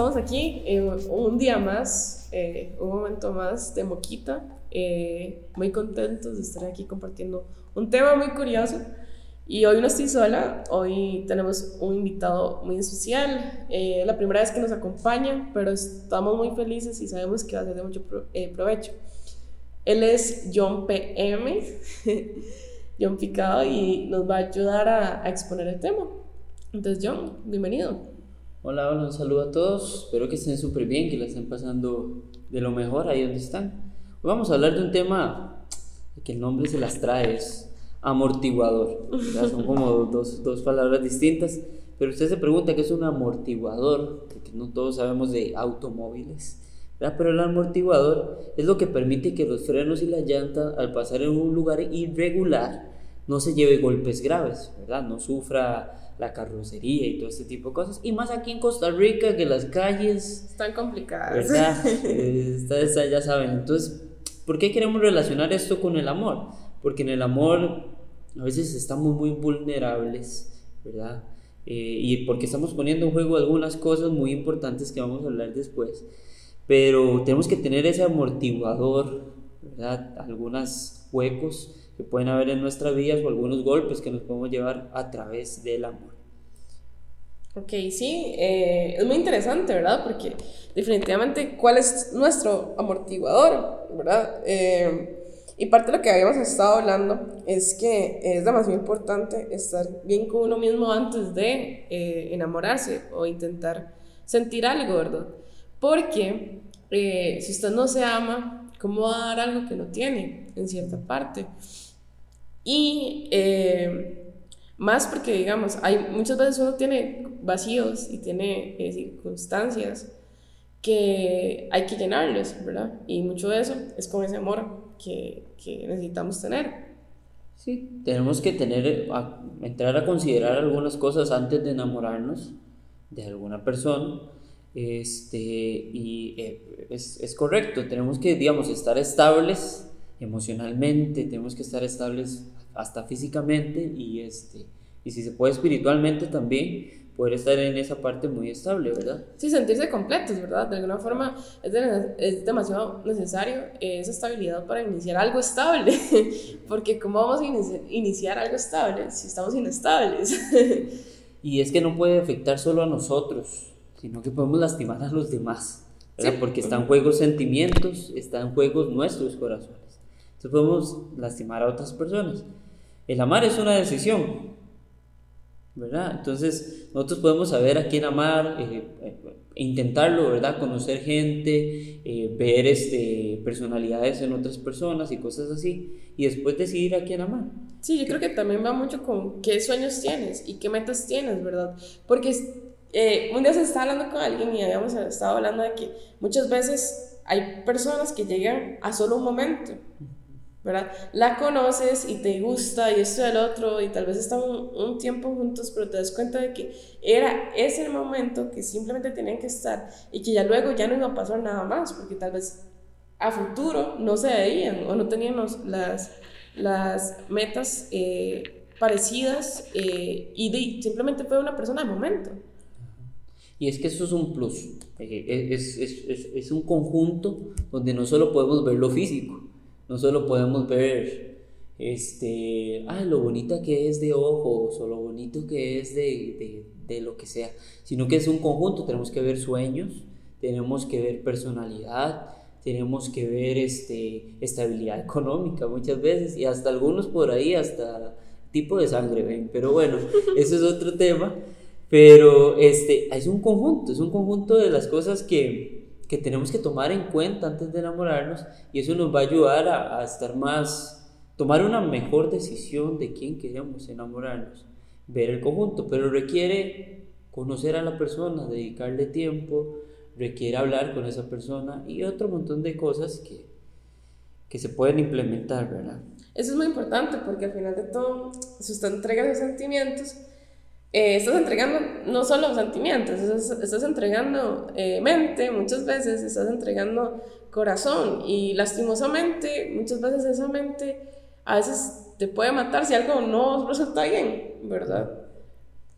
estamos aquí un día más, un momento más de Moquita. Muy contentos de estar aquí compartiendo un tema muy curioso. Y hoy no estoy sola, hoy tenemos un invitado muy especial. La primera vez que nos acompaña, pero estamos muy felices y sabemos que va a ser de mucho provecho. Él es John PM, John Picado, y nos va a ayudar a exponer el tema. Entonces, John, bienvenido. Hola, un saludo a todos, espero que estén súper bien, que la estén pasando de lo mejor ahí donde están. Hoy vamos a hablar de un tema que el nombre se las trae, es amortiguador, ¿verdad? Son como dos palabras distintas, pero usted se pregunta qué es un amortiguador, porque no todos sabemos de automóviles, ¿verdad? Pero el amortiguador es lo que permite que los frenos y la llanta, al pasar en un lugar irregular, no se lleve golpes graves, ¿verdad? No sufra la carrocería y todo este tipo de cosas, y más aquí en Costa Rica, que las calles están complicadas, ¿verdad? Ya saben. Entonces, ¿por qué queremos relacionar esto con el amor? Porque en el amor a veces estamos muy vulnerables, ¿verdad? Y porque estamos poniendo en juego algunas cosas muy importantes que vamos a hablar después, pero tenemos que tener ese amortiguador, ¿verdad? Algunos huecos que pueden haber en nuestras vidas o algunos golpes que nos podemos llevar a través del amor. Ok, sí, es muy interesante, ¿verdad? Porque definitivamente, ¿cuál es nuestro amortiguador, ¿verdad? Y parte de lo que habíamos estado hablando es que es demasiado importante estar bien con uno mismo antes de enamorarse o intentar sentir algo, ¿verdad? Porque si usted no se ama, ¿cómo va a dar algo que no tiene en cierta parte? Y más porque, digamos, muchas veces uno tiene vacíos y tiene circunstancias que hay que llenarlos, ¿verdad? Y mucho de eso es con ese amor que necesitamos tener. Sí, tenemos que entrar a considerar algunas cosas antes de enamorarnos de alguna persona. Es correcto, tenemos que, digamos, estar estables emocionalmente, tenemos que estar estables hasta físicamente y si se puede espiritualmente también, poder estar en esa parte muy estable, ¿verdad? Sí, sentirse completos, ¿verdad? De alguna forma es demasiado necesario esa estabilidad para iniciar algo estable, porque ¿cómo vamos a iniciar algo estable si estamos inestables? Y es que no puede afectar solo a nosotros, sino que podemos lastimar a los demás, ¿verdad? Sí. Porque están en juego sentimientos, están en juego nuestros corazones. Entonces podemos lastimar a otras personas. El amar es una decisión, ¿verdad? Entonces nosotros podemos saber a quién amar, intentarlo, ¿verdad? Conocer gente, ver personalidades en otras personas y cosas así, y después decidir a quién amar. Sí, yo creo que también va mucho con qué sueños tienes y qué metas tienes, ¿verdad? Porque un día se estaba hablando con alguien y habíamos estado hablando de que muchas veces hay personas que llegan a solo un momento, ¿verdad? La conoces y te gusta y esto y el otro y tal vez están un tiempo juntos, pero te das cuenta de que era ese el momento que simplemente tenían que estar y que ya luego ya no iba a pasar nada más, porque tal vez a futuro no se veían o no tenían las metas parecidas y simplemente fue una persona de momento. Y es que eso es un plus, es un conjunto donde no solo podemos ver lo físico, no solo podemos ver lo bonita que es de ojos o lo bonito que es de lo que sea, sino que es un conjunto. Tenemos que ver sueños, tenemos que ver personalidad, tenemos que ver estabilidad económica muchas veces y hasta algunos por ahí hasta tipo de sangre, ¿ven? Pero bueno, eso es otro tema. Pero es un conjunto de las cosas que tenemos que tomar en cuenta antes de enamorarnos, y eso nos va a ayudar a estar tomar una mejor decisión de quién queremos enamorarnos, ver el conjunto, pero requiere conocer a la persona, dedicarle tiempo, requiere hablar con esa persona y otro montón de cosas que se pueden implementar, ¿verdad? Eso es muy importante porque al final de todo, si usted entrega esos sentimientos, estás entregando no solo sentimientos, estás entregando mente, muchas veces estás entregando corazón, y lastimosamente muchas veces esa mente a veces te puede matar si algo no resulta bien, ¿verdad?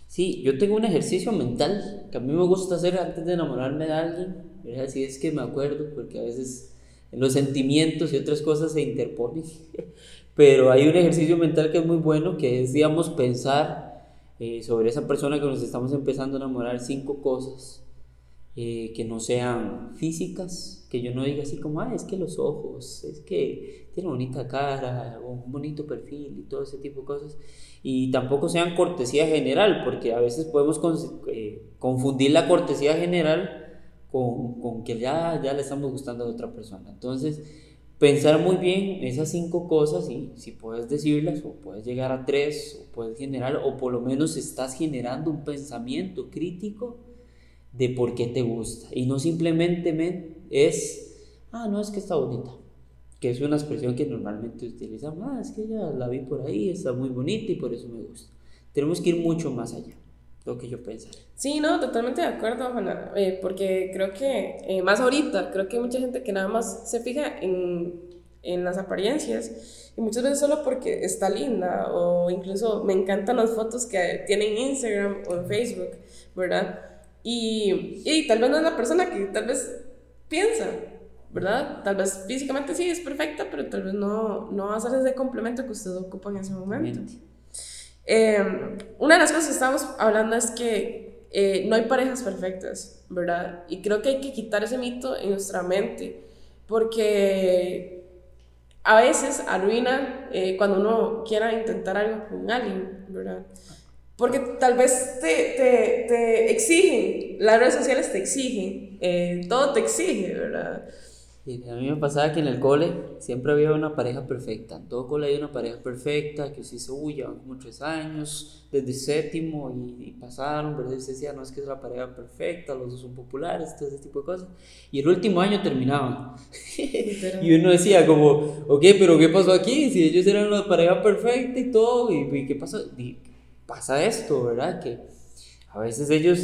Sí, yo tengo un ejercicio mental que a mí me gusta hacer antes de enamorarme de alguien, ¿verdad? Así es que me acuerdo, porque a veces los sentimientos y otras cosas se interponen, pero hay un ejercicio mental que es muy bueno, que es, digamos, pensar sobre esa persona que nos estamos empezando a enamorar, 5 cosas que no sean físicas, que yo no diga así como, es que los ojos, es que tiene bonita cara, o un bonito perfil y todo ese tipo de cosas, y tampoco sean cortesía general, porque a veces podemos confundir la cortesía general con que ya le estamos gustando a otra persona. Entonces, pensar muy bien esas 5 cosas, y si puedes decirlas, o puedes llegar a 3, o puedes generar, o por lo menos estás generando un pensamiento crítico de por qué te gusta, y no simplemente no, es que está bonita, que es una expresión que normalmente utilizamos, es que ya la vi por ahí, está muy bonita y por eso me gusta. Tenemos que ir mucho más allá, lo que yo pienso. Sí, no, totalmente de acuerdo, Juana, porque creo que, más ahorita, creo que hay mucha gente que nada más se fija en las apariencias, y muchas veces solo porque está linda, o incluso me encantan las fotos que tiene en Instagram o en Facebook, ¿verdad? Y tal vez no es la persona que tal vez piensa, ¿verdad? Tal vez físicamente sí es perfecta, pero tal vez no va a ser ese complemento que usted ocupa en ese momento. Una de las cosas que estamos hablando es que no hay parejas perfectas, ¿verdad? Y creo que hay que quitar ese mito en nuestra mente, porque a veces arruina cuando uno quiera intentar algo con alguien, ¿verdad? Porque tal vez te exigen, las redes sociales te exigen, todo te exige, ¿verdad? Y a mí me pasaba que en el cole siempre había una pareja perfecta. En todo cole hay una pareja perfecta que se hizo, llevan como 3 años, desde séptimo y pasaron, ¿verdad? Y se decía, no, es que es la pareja perfecta, los dos son populares, todo ese tipo de cosas. Y el último año terminaban. Y uno decía como, ok, pero ¿qué pasó aquí? Si ellos eran una pareja perfecta y todo, ¿y qué pasó? Y pasa esto, ¿verdad? Que a veces ellos...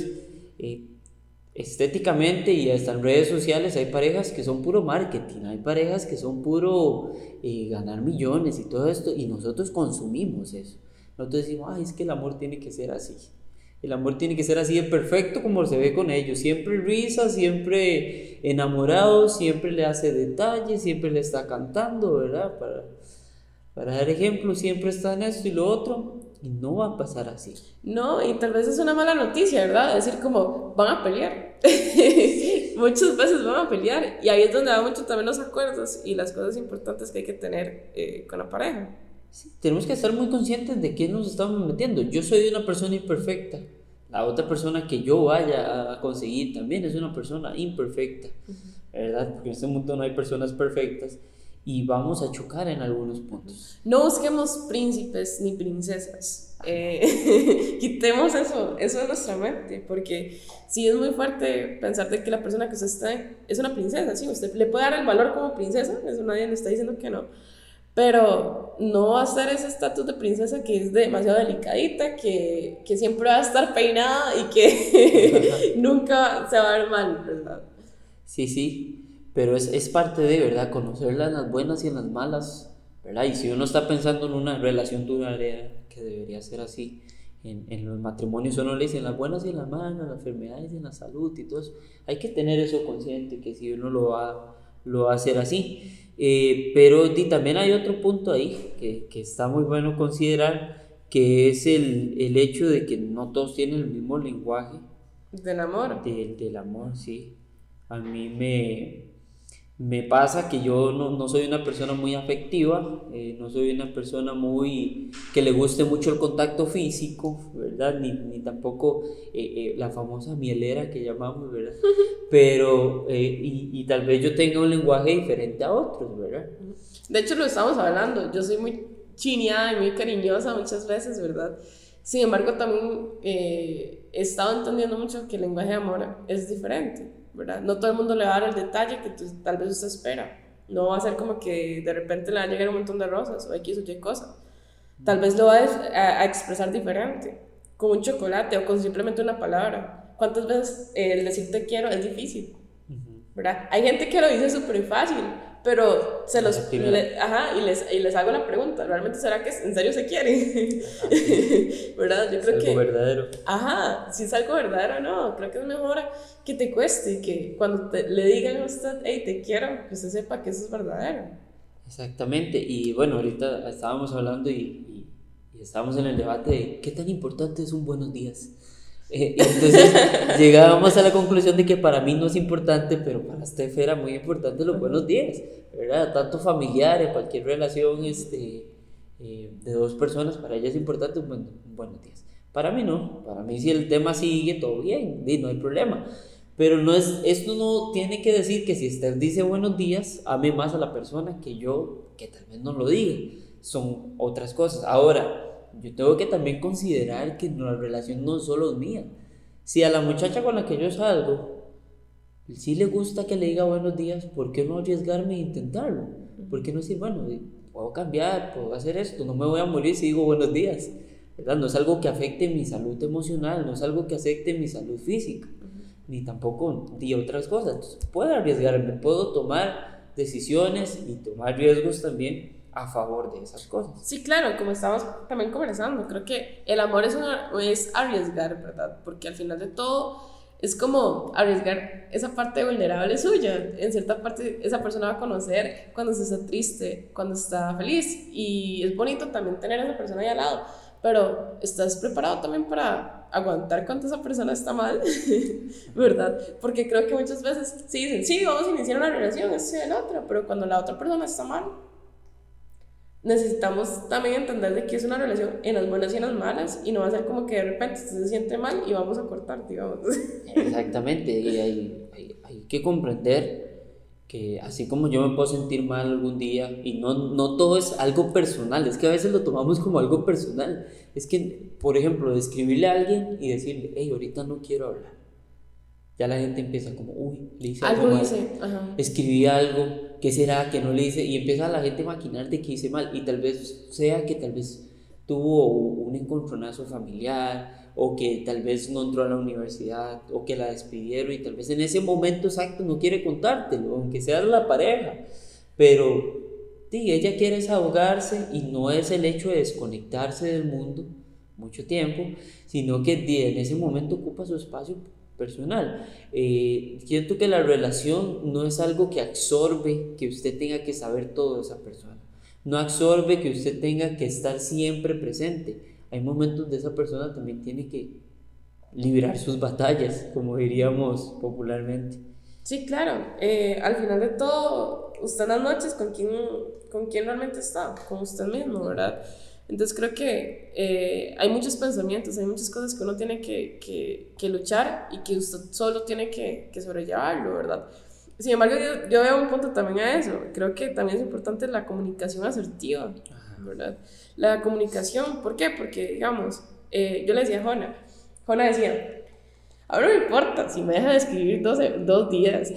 estéticamente y hasta en redes sociales hay parejas que son puro marketing, hay parejas que son puro ganar millones y todo esto, y nosotros consumimos eso. Nosotros decimos, es que el amor tiene que ser así, el amor tiene que ser así de perfecto como se ve con ellos, siempre risa, siempre enamorado, siempre le hace detalles, siempre le está cantando, ¿verdad? Para dar ejemplo, siempre está en esto y lo otro, y no va a pasar así. No, y tal vez es una mala noticia, ¿verdad? Decir como, van a pelear. Muchas veces van a pelear. Y ahí es donde va mucho también los acuerdos y las cosas importantes que hay que tener con la pareja. Sí, tenemos que estar muy conscientes de qué nos estamos metiendo. Yo soy una persona imperfecta. La otra persona que yo vaya a conseguir también es una persona imperfecta, ¿verdad? Porque en este mundo no hay personas perfectas y vamos a chocar en algunos puntos. No busquemos príncipes ni princesas. Quitemos eso de nuestra mente, porque sí es muy fuerte pensar de que la persona que usted está es una princesa, sí, usted le puede dar el valor como princesa, eso nadie le está diciendo que no, pero no va a ser ese estatus de princesa que es demasiado delicadita, que siempre va a estar peinada y que nunca se va a ver mal, ¿verdad? Sí, pero es parte de, ¿verdad? Conocerla en las buenas y en las malas, ¿verdad? Y si uno está pensando en una relación duradera, que debería ser así, en los matrimonios uno le dice en las buenas y en las malas, en las enfermedades y en la salud y todo eso, hay que tener eso consciente, que si uno lo va a hacer así. Pero también hay otro punto ahí que está muy bueno considerar, que es el hecho de que no todos tienen el mismo lenguaje Del amor. del amor, sí. A mí me pasa que yo no soy una persona muy afectiva, no soy una persona muy que le guste mucho el contacto físico, ¿verdad? Ni tampoco la famosa mielera que llamamos, ¿verdad? Pero, y tal vez yo tenga un lenguaje diferente a otros, ¿verdad? De hecho, lo estamos hablando, yo soy muy chineada y muy cariñosa muchas veces, ¿verdad? Sin embargo, también he estado entendiendo mucho que el lenguaje de amor es diferente, ¿verdad? No todo el mundo le va a dar el detalle que tal vez usted espera. No va a ser como que de repente le va a llegar un montón de rosas o X o Y cosa. Tal vez lo va a expresar diferente, con un chocolate o con simplemente una palabra. ¿Cuántas veces el decir te quiero es difícil? ¿verdad? Hay gente que lo dice súper fácil, pero se los... y les hago la pregunta, ¿realmente será que en serio se quieren? ¿Verdad? Yo creo es algo verdadero. Si es algo verdadero o no, creo que es mejor que te cueste, que cuando le digan a usted, hey, te quiero, que usted sepa que eso es verdadero. Exactamente, y bueno, ahorita estábamos hablando y estábamos en el debate de qué tan importante es un buenos días. Entonces llegábamos a la conclusión de que para mí no es importante, pero para Steph era muy importante los buenos días, ¿verdad? Tanto familiar, en cualquier relación de dos personas, para ella es importante un buenos días. Para mí no, para mí si el tema sigue, todo bien, no hay problema. Pero esto no tiene que decir que si Steph dice buenos días, ame más a la persona que yo, que tal vez no lo diga. Son otras cosas. Ahora, yo tengo que también considerar que la relación no solo es mía. Si a la muchacha con la que yo salgo, sí le gusta que le diga buenos días, ¿por qué no arriesgarme e intentarlo? ¿Por qué no decir, bueno, puedo cambiar, puedo hacer esto, no me voy a morir si digo buenos días? ¿Verdad? No es algo que afecte mi salud emocional, no es algo que afecte mi salud física, ni tampoco otras cosas. Entonces, puedo arriesgarme, puedo tomar decisiones y tomar riesgos también a favor de esas cosas. Sí, claro, como estamos también conversando, creo que el amor es arriesgar, ¿verdad? Porque al final de todo es como arriesgar esa parte vulnerable suya. En cierta parte esa persona va a conocer cuando se está triste, cuando está feliz, y es bonito también tener a esa persona ahí al lado, pero ¿estás preparado también para aguantar cuando esa persona está mal? ¿Verdad? Porque creo que muchas veces sí dicen, sí, vamos a iniciar una relación, esto y el otro, pero cuando la otra persona está mal, necesitamos también entender de que es una relación en las buenas y en las malas, y no va a ser como que de repente usted se siente mal y vamos a cortar, digamos. Exactamente, y hay que comprender que así como yo me puedo sentir mal algún día, y no todo es algo personal, es que a veces lo tomamos como algo personal. Es que, por ejemplo, escribirle a alguien y decirle, hey, ahorita no quiero hablar, ya la gente empieza como, uy, le hice algo mal, escribí algo, ¿qué será que no le hice? Y empieza la gente a maquinar de que hice mal, y tal vez sea que tal vez tuvo un encontronazo familiar, o que tal vez no entró a la universidad, o que la despidieron y tal vez en ese momento exacto no quiere contártelo, aunque sea la pareja, pero sí, ella quiere desahogarse, y no es el hecho de desconectarse del mundo mucho tiempo, sino que en ese momento ocupa su espacio personal. Siento que la relación no es algo que absorbe que usted tenga que saber todo de esa persona, no absorbe que usted tenga que estar siempre presente. Hay momentos donde esa persona también tiene que librar sus batallas, como diríamos popularmente. Sí, claro. Al final de todo, usted en las noches con quién realmente está, con usted mismo, ¿verdad? Entonces creo que hay muchos pensamientos, hay muchas cosas que uno tiene que luchar, y que usted solo tiene que sobrellevarlo, ¿verdad? Sin embargo, yo veo un punto también a eso. Creo que también es importante la comunicación asertiva, ¿verdad? La comunicación, ¿por qué? Porque, digamos, yo le decía a Jona decía, a mí no me importa si me deja de escribir 2 días,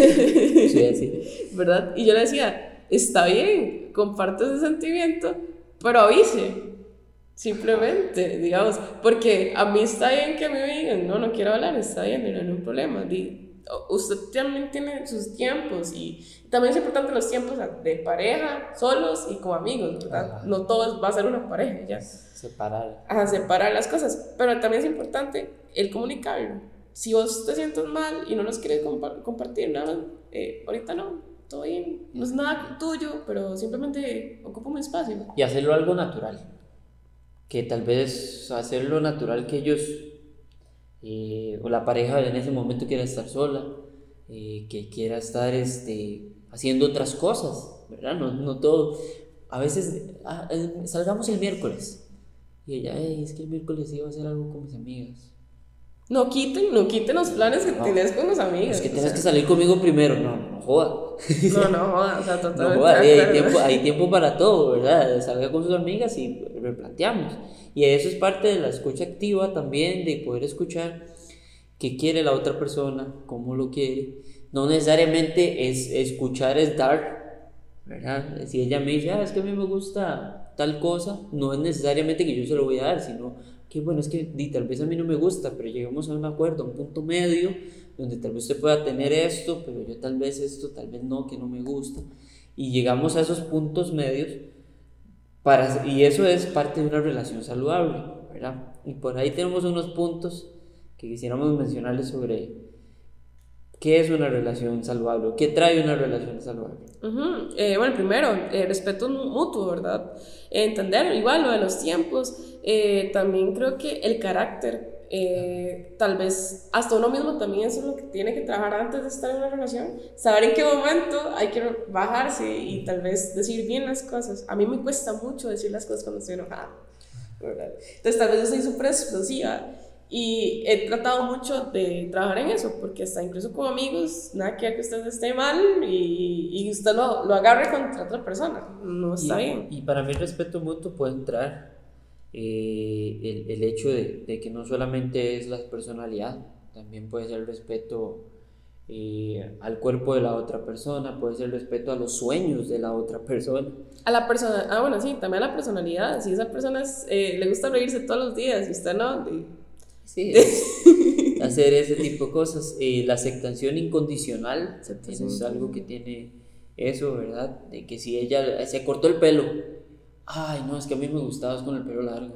Sí. ¿verdad? Y yo le decía, está bien, comparto ese sentimiento, pero avise, simplemente, digamos, porque a mí está bien que me digan, no quiero hablar, está bien, no hay ningún problema. Usted también tiene sus tiempos, y también es importante los tiempos de pareja, solos y como amigos, ¿verdad? No todo va a ser una pareja, ya. Separar. Separar las cosas, pero también es importante el comunicarlo. Si vos te sientes mal y no nos quieres compartir nada, ahorita no, todo bien, no es nada tuyo, pero simplemente ocupa un espacio. Y hacerlo algo natural, que tal vez hacerlo natural que ellos o la pareja en ese momento quiera estar sola, que quiera estar haciendo otras cosas, ¿verdad? No todo. A veces salgamos el miércoles y ella, es que el miércoles iba a hacer algo con mis amigas. No quiten los planes que tenés con los amigos. Es que tienes que salir conmigo primero. No joda. No joda, o sea, totalmente. No joda, hay tiempo para todo, ¿verdad? Salga con sus amigas y replanteamos. Y eso es parte de la escucha activa también, de poder escuchar qué quiere la otra persona, cómo lo quiere. No necesariamente escuchar es dar, ¿verdad? Si ella me dice, es que a mí me gusta tal cosa, no es necesariamente que yo se lo voy a dar, sino que bueno, es que tal vez a mí no me gusta, pero llegamos a un acuerdo, a un punto medio, donde tal vez usted pueda tener esto, pero yo tal vez esto, tal vez no, que no me gusta. Y llegamos a esos puntos medios y eso es parte de una relación saludable, ¿verdad? Y por ahí tenemos unos puntos que quisiéramos mencionarles sobre qué es una relación saludable, qué trae una relación saludable. Bueno, primero, respeto mutuo, ¿verdad? Entender igual lo de los tiempos. También creo que el carácter, tal vez hasta uno mismo también eso es lo que tiene que trabajar antes de estar en una relación. Saber en qué momento hay que bajarse y tal vez decir bien las cosas. A mí me cuesta mucho decir las cosas cuando estoy enojada, ¿verdad? Entonces tal vez yo soy súper explosiva. Y he tratado mucho de trabajar en eso, porque hasta incluso como amigos, nada que usted esté mal y usted lo agarre contra otra persona, no está bien. Y para mí el respeto mutuo puede entrar el hecho de que no solamente es la personalidad, también puede ser el respeto al cuerpo de la otra persona, puede ser el respeto a los sueños de la otra persona. A la persona, bueno, sí, también a la personalidad. Si esa persona le gusta reírse todos los días y usted no... Sí, hacer ese tipo de cosas. La aceptación incondicional es algo que tiene eso, ¿verdad? De que si ella se cortó el pelo, ay, no, es que a mí me gustabas con el pelo largo.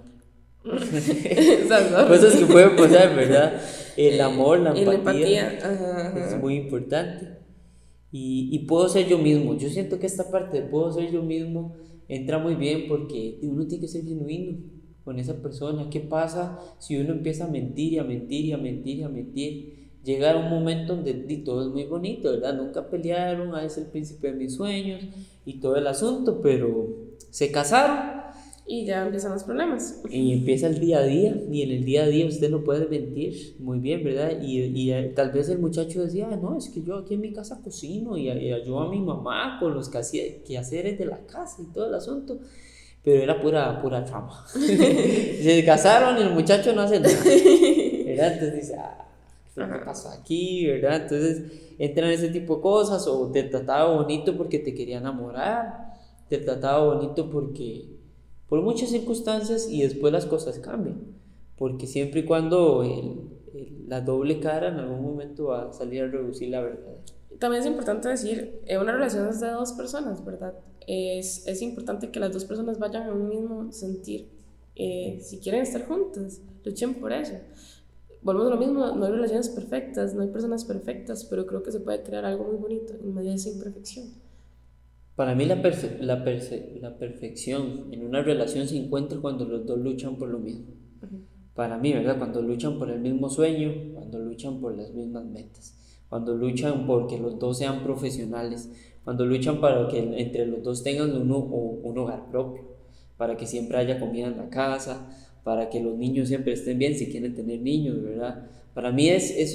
Cosas que pueden pasar, ¿verdad? El amor, la empatía. Ajá. Es muy importante. Y puedo ser yo mismo. Yo siento que esta parte de puedo ser yo mismo entra muy bien porque uno tiene que ser genuino con esa persona. ¿Qué pasa si uno empieza a mentir y a mentir y a mentir y a mentir? Llega un momento donde todo es muy bonito, ¿verdad? Nunca pelearon, es el príncipe de mis sueños y todo el asunto, pero se casaron. Y ya empiezan los problemas. Y empieza el día a día, y en el día a día usted no puede mentir muy bien, ¿verdad? Y tal vez el muchacho decía, no, es que yo aquí en mi casa cocino y ayudo a mi mamá con los quehaceres de la casa y todo el asunto. Pero era pura trama. Se casaron y el muchacho no hace nada, ¿verdad? Entonces dice, ¿qué pasó aquí? ¿Verdad? Entonces entran ese tipo de cosas, o te trataba bonito porque te quería enamorar, te trataba bonito porque por muchas circunstancias, y después las cosas cambian, porque siempre y cuando la doble cara en algún momento va a salir a reducir la verdad. También es importante decir, una relación es de dos personas, ¿verdad? Es importante que las dos personas vayan a un mismo sentir. Si quieren estar juntas, luchen por eso. Volvemos a lo mismo, no hay relaciones perfectas, no hay personas perfectas, pero creo que se puede crear algo muy bonito en medio de esa imperfección. Para mí la perfección en una relación se encuentra cuando los dos luchan por lo mismo. Para mí, ¿verdad? Cuando luchan por el mismo sueño, cuando luchan por las mismas metas, cuando luchan porque los dos sean profesionales, cuando luchan para que entre los dos tengan un hogar propio, para que siempre haya comida en la casa, para que los niños siempre estén bien si quieren tener niños, ¿verdad? Para mí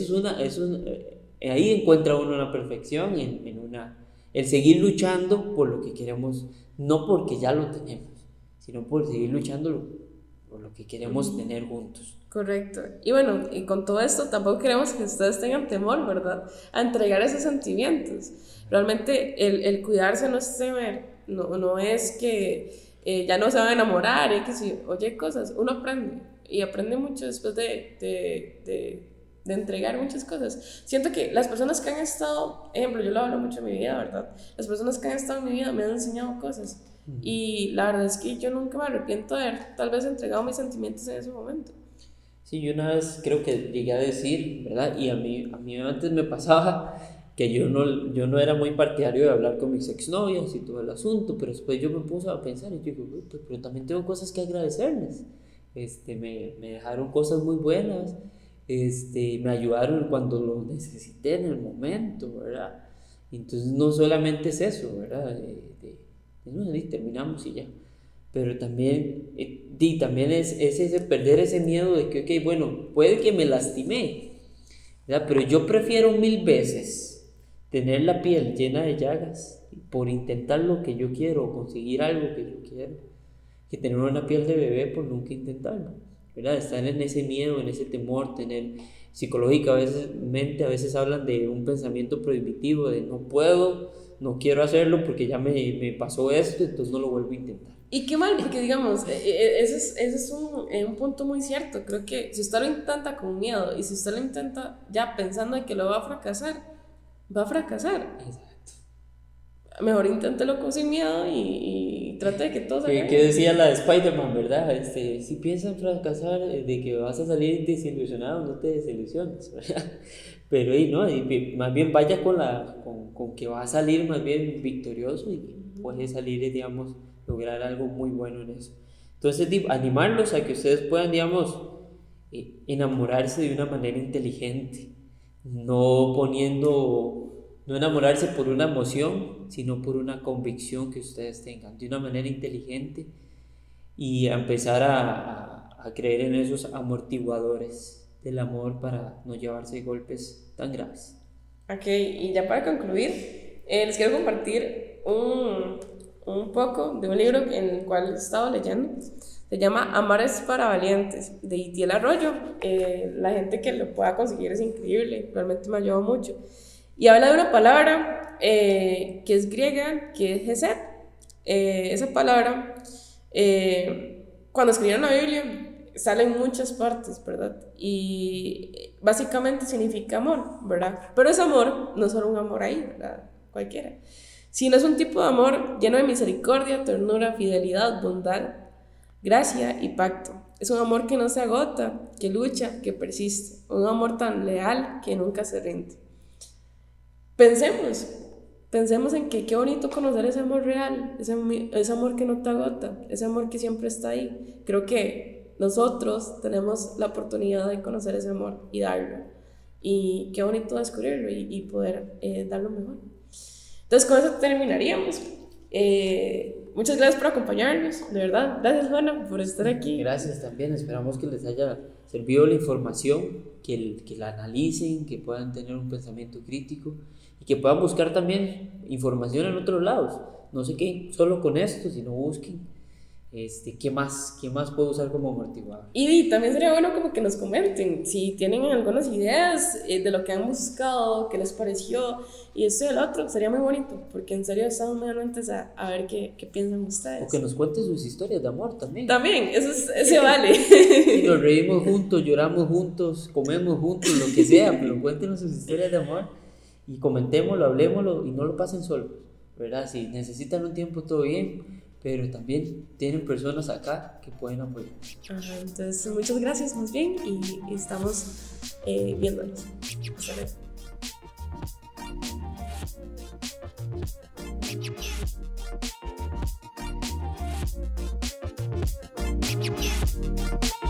ahí encuentra uno una perfección el seguir luchando por lo que queremos, no porque ya lo tenemos, sino por seguir luchando por lo que queremos tener juntos. Correcto. Y bueno, y con todo esto tampoco queremos que ustedes tengan temor, ¿verdad?, a entregar esos sentimientos. Realmente el cuidarse no es temer, no es que ya no se van a enamorar, que si oye cosas, uno aprende y aprende mucho después de entregar muchas cosas. Siento que las personas que han estado, ejemplo, yo lo hablo mucho en mi vida, ¿verdad? Las personas que han estado en mi vida me han enseñado cosas y la verdad es que yo nunca me arrepiento de haber tal vez entregado mis sentimientos en ese momento. Sí, yo una vez creo que llegué a decir, ¿verdad? Y a mí antes me pasaba que yo no era muy partidario de hablar con mis exnovias y todo el asunto, pero después yo me puse a pensar y yo digo, pero también tengo cosas que agradecerles. Me dejaron cosas muy buenas, me ayudaron cuando lo necesité en el momento, ¿verdad? Entonces no solamente es eso, ¿verdad? Terminamos y ya. Pero también es ese perder ese miedo de que, ok, bueno, puede que me lastimé, ¿verdad? Pero yo prefiero 1000 veces tener la piel llena de llagas por intentar lo que yo quiero o conseguir algo que yo quiero, que tener una piel de bebé por nunca intentarlo, ¿verdad? Estar en ese miedo, en ese temor, tener psicológica a veces hablan de un pensamiento prohibitivo, de no puedo no quiero hacerlo porque ya me pasó esto, entonces no lo vuelvo a intentar. Y qué mal, porque digamos, ese es un punto muy cierto. Creo que si usted lo intenta con miedo y si usted lo intenta ya pensando en que lo va a fracasar, va a fracasar. Exacto. Mejor inténtelo sin miedo y trate de que todo salga bien. ¿Qué decía la de Spider-Man, verdad? Si piensas fracasar, de que vas a salir desilusionado, no te desilusiones, ¿verdad? Pero no, más bien vaya con que va a salir más bien victorioso y puede salir, digamos, lograr algo muy bueno en eso. Entonces, animarlos a que ustedes puedan, digamos, enamorarse de una manera inteligente, no enamorarse por una emoción, sino por una convicción que ustedes tengan, de una manera inteligente, y a empezar a creer en esos amortiguadores del amor para no llevarse golpes tan graves. Ok, y ya para concluir, les quiero compartir un poco de un libro en el cual he estado leyendo. Se llama Amar es para valientes, de Itiel Arroyo. La gente que lo pueda conseguir es increíble, realmente me ha ayudado mucho. Y habla de una palabra que es griega, que es Hesed. Esa palabra, cuando escribieron la Biblia, sale en muchas partes, ¿verdad? Y básicamente significa amor, ¿verdad? Pero ese amor no es solo un amor ahí, ¿verdad? Cualquiera. Sino es un tipo de amor lleno de misericordia, ternura, fidelidad, bondad, gracia y pacto. Es un amor que no se agota, que lucha, que persiste. Un amor tan leal que nunca se rinde. Pensemos en que qué bonito conocer ese amor real, ese amor que no te agota, ese amor que siempre está ahí. Creo que nosotros tenemos la oportunidad de conocer ese amor y darlo. Y qué bonito descubrirlo y poder darlo mejor. Entonces con eso terminaríamos. Muchas gracias por acompañarnos, de verdad. Gracias, Juana, por estar aquí. Gracias también, esperamos que les haya servido la información, que la analicen, que puedan tener un pensamiento crítico y que puedan buscar también información en otros lados. No se queden solo con esto, sino busquen qué más puedo usar como amortiguador. Y también sería bueno como que nos comenten si tienen algunas ideas de lo que han buscado, qué les pareció y esto y el otro. Sería muy bonito, porque en serio estamos muy anuentes a ver qué piensan ustedes. O que nos cuenten sus historias de amor también. También, eso vale. Y nos reímos juntos, lloramos juntos, comemos juntos, lo que sea, pero cuéntenos sus historias de amor y comentémoslo, hablemoslo y no lo pasen solos, ¿verdad? Si necesitan un tiempo, todo bien, pero también tienen personas acá que pueden apoyar. Ajá, entonces, muchas gracias más bien y estamos viéndonos. Hasta luego.